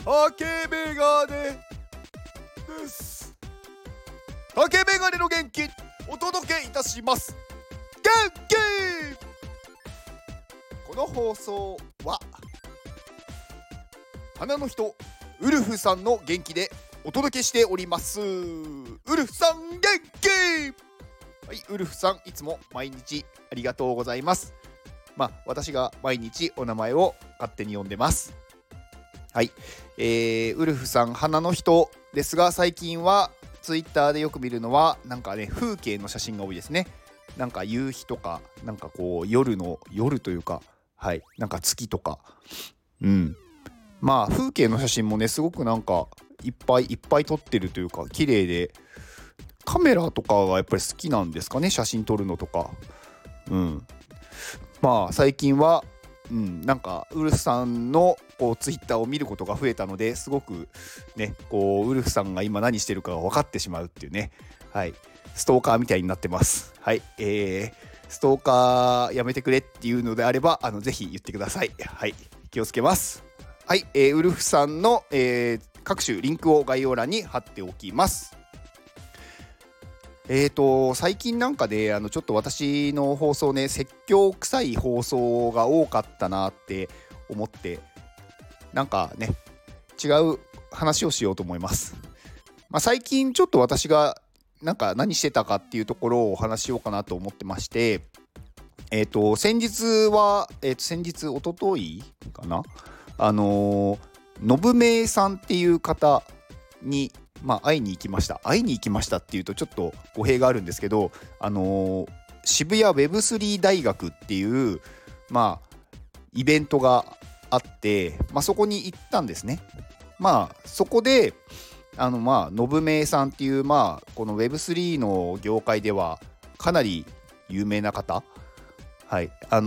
竹メガネです。竹メガネの元気お届けいたします。元気。この放送は花の人ウルフさんの元気でお届けしております。ウルフさん元気。はい、ウルフさんいつも毎日ありがとうございます。私が毎日お名前を勝手に呼んでます。はい、ウルフさん花の人ですが、最近はツイッターでよく見るのはなんかね、風景の写真が多いですね。なんか夕日とか、なんかこう夜というか、はい、なんか月とか、風景の写真もね、すごくなんかいっぱい撮ってるというか、綺麗で、カメラとかがやっぱり好きなんですかね、写真撮るのとか。最近はなんかウルフさんのこうツイッターを見ることが増えたので、すごくね、こうウルフさんが今何してるかが分かってしまうっていうね、はい、ストーカーみたいになってます。はい、ストーカーやめてくれっていうのであればぜひ言ってください。はい、気をつけます。はい、ウルフさんの、各種リンクを概要欄に貼っておきます。最近なんかでちょっと私の放送ね、説教臭い放送が多かったなって思って、なんかね、違う話をしようと思います。最近ちょっと私がなんか何してたかっていうところをお話ししようかなと思ってまして、先日一昨日かな、のぶめいさんっていう方に会いに行きましたっていうとちょっと語弊があるんですけど、渋谷 Web3 大学っていうイベントがあって、そこに行ったんですね。そこでのぶめいさんっていう、この Web3 の業界ではかなり有名な方、はい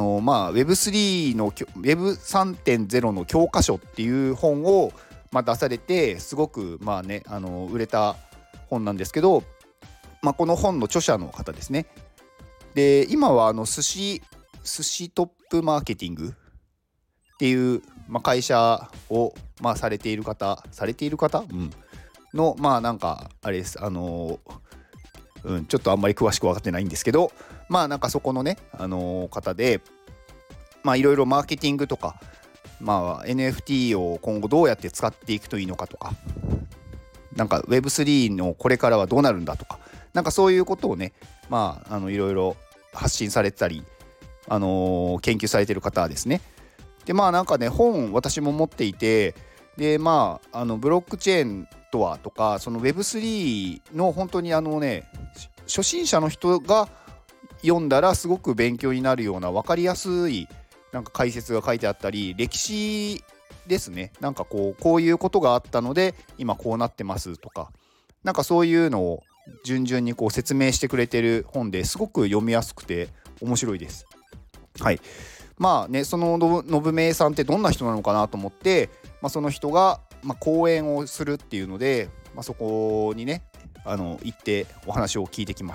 、Web3 の Web3.0 の教科書っていう本を出されて、すごく売れた本なんですけど、この本の著者の方ですね。で、今は寿司トップマーケティングっていう、会社を、されている方のなんかあれです。ちょっとあんまり詳しく分かってないんですけど、なんかそこのね、方でいろいろマーケティングとか、NFT を今後どうやって使っていくといいのかとか、なんか Web3 のこれからはどうなるんだとか、なんかそういうことをね、いろいろ発信されてたり、研究されてる方ですね。でなんかね、本私も持っていて、でブロックチェーンとはとか、その Web3 の本当に初心者の人が読んだらすごく勉強になるような分かりやすいなんか解説が書いてあったり、歴史ですね、なんかこういうことがあったので今こうなってますとか、なんかそういうのを順々にこう説明してくれてる本で、すごく読みやすくて面白いです。はい、そののぶめいさんってどんな人なのかなと思って、その人が講演をするっていうので、そこにね行ってお話を聞いてきました。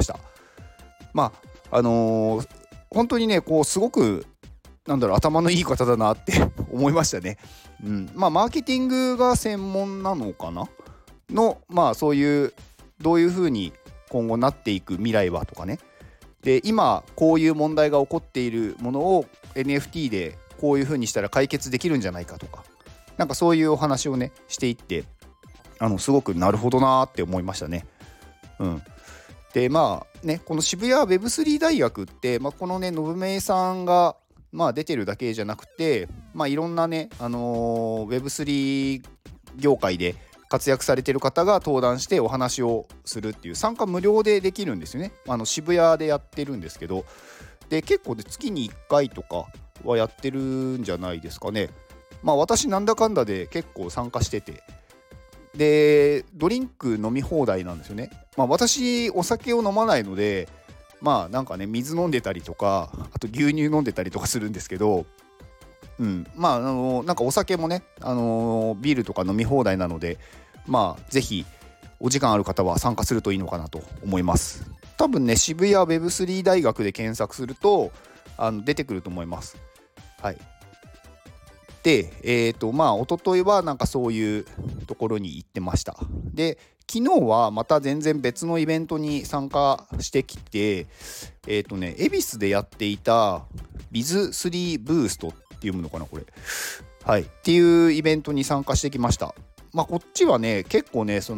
本当にね、こうすごく頭のいい方だなって思いましたね。マーケティングが専門なのかなの、そういうどういうふうに今後なっていく未来はとかね、で今こういう問題が起こっているものを NFT でこういうふうにしたら解決できるんじゃないかとか、なんかそういうお話をねしていって、すごくなるほどなって思いましたね。でこの渋谷 Web3 大学って、このねのぶめいさんが出てるだけじゃなくて、いろんなね、Web3 業界で活躍されてる方が登壇してお話をするっていう、参加無料でできるんですよね。渋谷でやってるんですけど、で結構で月に1回とかはやってるんじゃないですかね。私なんだかんだで結構参加してて、でドリンク飲み放題なんですよね。私お酒を飲まないので、なんかね水飲んでたりとか、あと牛乳飲んでたりとかするんですけど、なんかお酒もね、ビールとか飲み放題なので、ぜひお時間ある方は参加するといいのかなと思います。多分ね、渋谷 Web3 大学で検索すると出てくると思います。はい。 で、まあ一昨日はなんかそういうところに行ってました。で、昨日はまた全然別のイベントに参加してきて、恵比寿でやっていた Biz3 ブーストっていうのかな、これ。はい。っていうイベントに参加してきました。まあこっちはね、結構ね、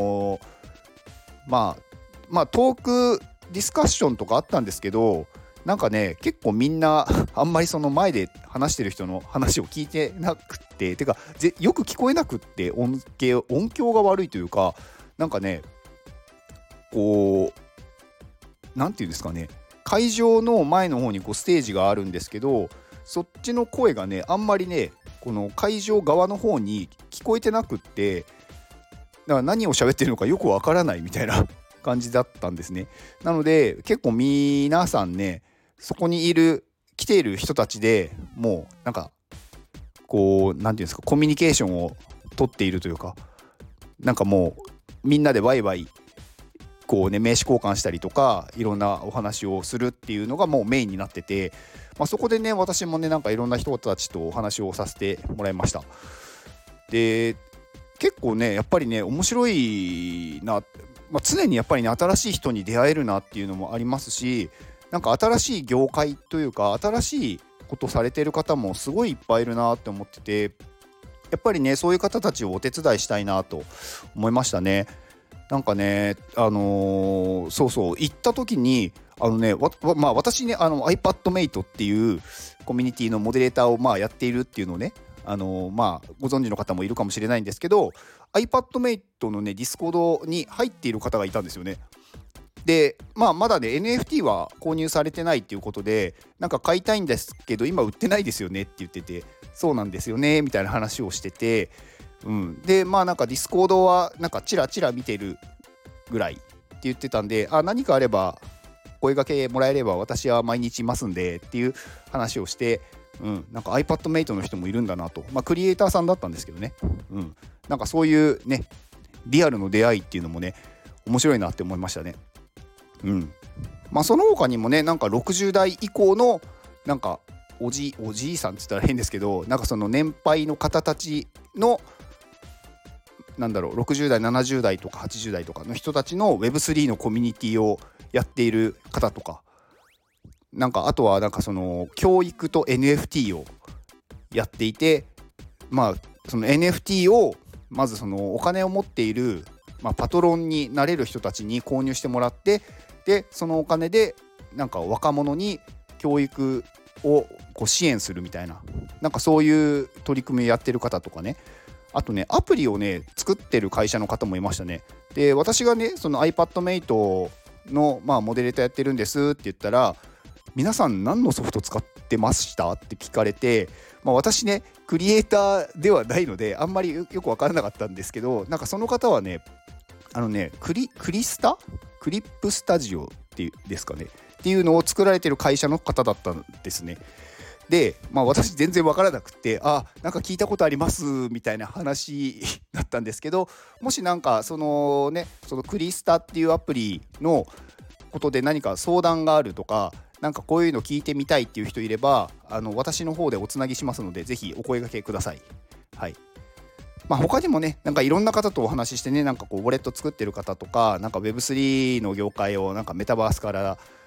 まあトークディスカッションとかあったんですけど、なんかね結構みんなあんまりその前で話してる人の話を聞いてなくっててかよく聞こえなくって、音響が悪いというか、なんかねこうなんていうんですかね、会場の前の方にこうステージがあるんですけど、そっちの声がねあんまりねこの会場側の方に聞こえてなくって、だから何を喋ってるのかよくわからないみたいな感じだったんですね。なので結構皆さんね、そこに来ている人たちでもうなんかこうなんていうんですか、コミュニケーションを取っているというか、なんかもうみんなでワイワイこうね名刺交換したりとか、いろんなお話をするっていうのがもうメインになってて、そこでね私もねなんかいろんな人たちとお話をさせてもらいました。で、結構ねやっぱりね面白いな、常にやっぱりね新しい人に出会えるなっていうのもありますし、なんか新しい業界というか新しいことされてる方もすごいいっぱいいるなって思ってて、やっぱりねそういう方たちをお手伝いしたいなと思いましたね。なんかねそうそう行った時に私ねiPadMate っていうコミュニティのモデレーターをやっているっていうのをねご存知の方もいるかもしれないんですけど、 iPadMate のねディスコードに入っている方がいたんですよね。で、まだね NFT は購入されてないっていうことで、なんか買いたいんですけど今売ってないですよねって言ってて、そうなんですよねみたいな話をしてて、でなんかディスコードはなんかチラチラ見てるぐらいって言ってたんで、何かあれば声掛けもらえれば私は毎日いますんでっていう話をして、なんか iPadMate の人もいるんだなと、クリエイターさんだったんですけどね、なんかそういうねリアルの出会いっていうのもね面白いなって思いましたね。その他にもねなんか60代以降のなんかおじいさんって言ったら変ですけど、なんかその年配の方たちのなんだろう60代70代とか80代とかの人たちの Web3 のコミュニティをやっている方とか、なんかあとはなんかその教育と NFT をやっていて、その NFT をまずそのお金を持っている、パトロンになれる人たちに購入してもらって、でそのお金でなんか若者に教育をこう支援するみたいな、なんかそういう取り組みをやってる方とかね、あとねアプリをね作ってる会社の方もいましたね。で私がねその iPadMate のモデレーターやってるんですって言ったら、皆さん何のソフト使ってましたって聞かれて、私ねクリエイターではないのであんまりよく分からなかったんですけど、なんかその方はねクリップスタジオっていうですかねっていうのを作られてる会社の方だったんですね。で、私全然分からなくて、なんか聞いたことありますみたいな話だったんですけど、もしなんかそのクリスタっていうアプリのことで何か相談があるとか、なんかこういうの聞いてみたいっていう人いれば私の方でおつなぎしますので、ぜひお声掛けください。はい。他にもねなんかいろんな方とお話ししてね、なんかこうウォレット作ってる方とか、なんか Web3 の業界をなんかメタバースから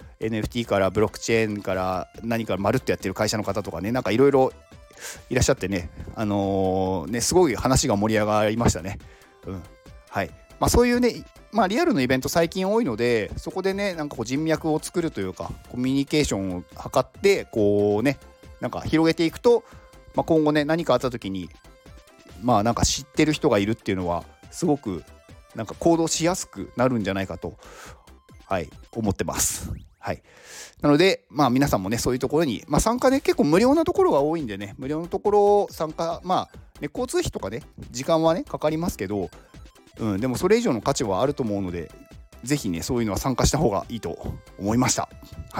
NFT からブロックチェーンから何かまるっとやってる会社の方とかね、なんかいろいろいらっしゃってね、すごい話が盛り上がりましたね。はい。そういうねリアルのイベント最近多いので、そこでねなんかこう人脈を作るというかコミュニケーションを図ってこうねなんか広げていくと、今後ね何かあった時になんか知ってる人がいるっていうのはすごくなんか行動しやすくなるんじゃないかと、思ってます。はい。なので皆さんもねそういうところに、参加ね結構無料なところが多いんでね、無料のところ参加交通費とかね時間はねかかりますけど、でもそれ以上の価値はあると思うので、ぜひねそういうのは参加した方がいいと思いました。はい。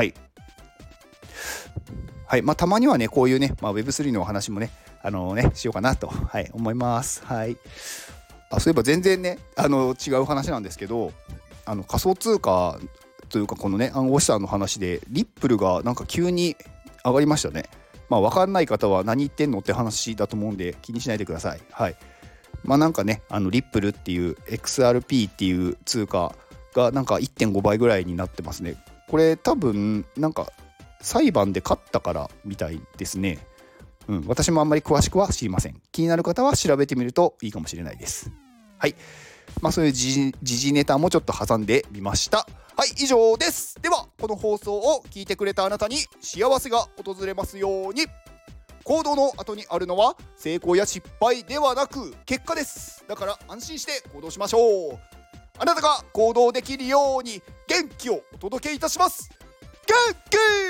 はい。たまにはねこういうね、Web3 のお話もねしようかなと、思います。はい。そういえば全然ね違う話なんですけど、仮想通貨というかこのね暗号資産の話でリップルがなんか急に上がりましたね。 分かんない方は何言ってんのって話だと思うんで気にしないでください。はい。なんかね、リップルっていう XRP っていう通貨がなんか 1.5 倍ぐらいになってますね。これ多分なんか裁判で勝ったからみたいですね。私もあんまり詳しくは知りません。気になる方は調べてみるといいかもしれないです。はい。そういう時事ネタもちょっと挟んでみました。はい、以上です。ではこの放送を聞いてくれたあなたに幸せが訪れますように。行動の後にあるのは成功や失敗ではなく結果です。だから安心して行動しましょう。あなたが行動できるように元気をお届けいたします。元気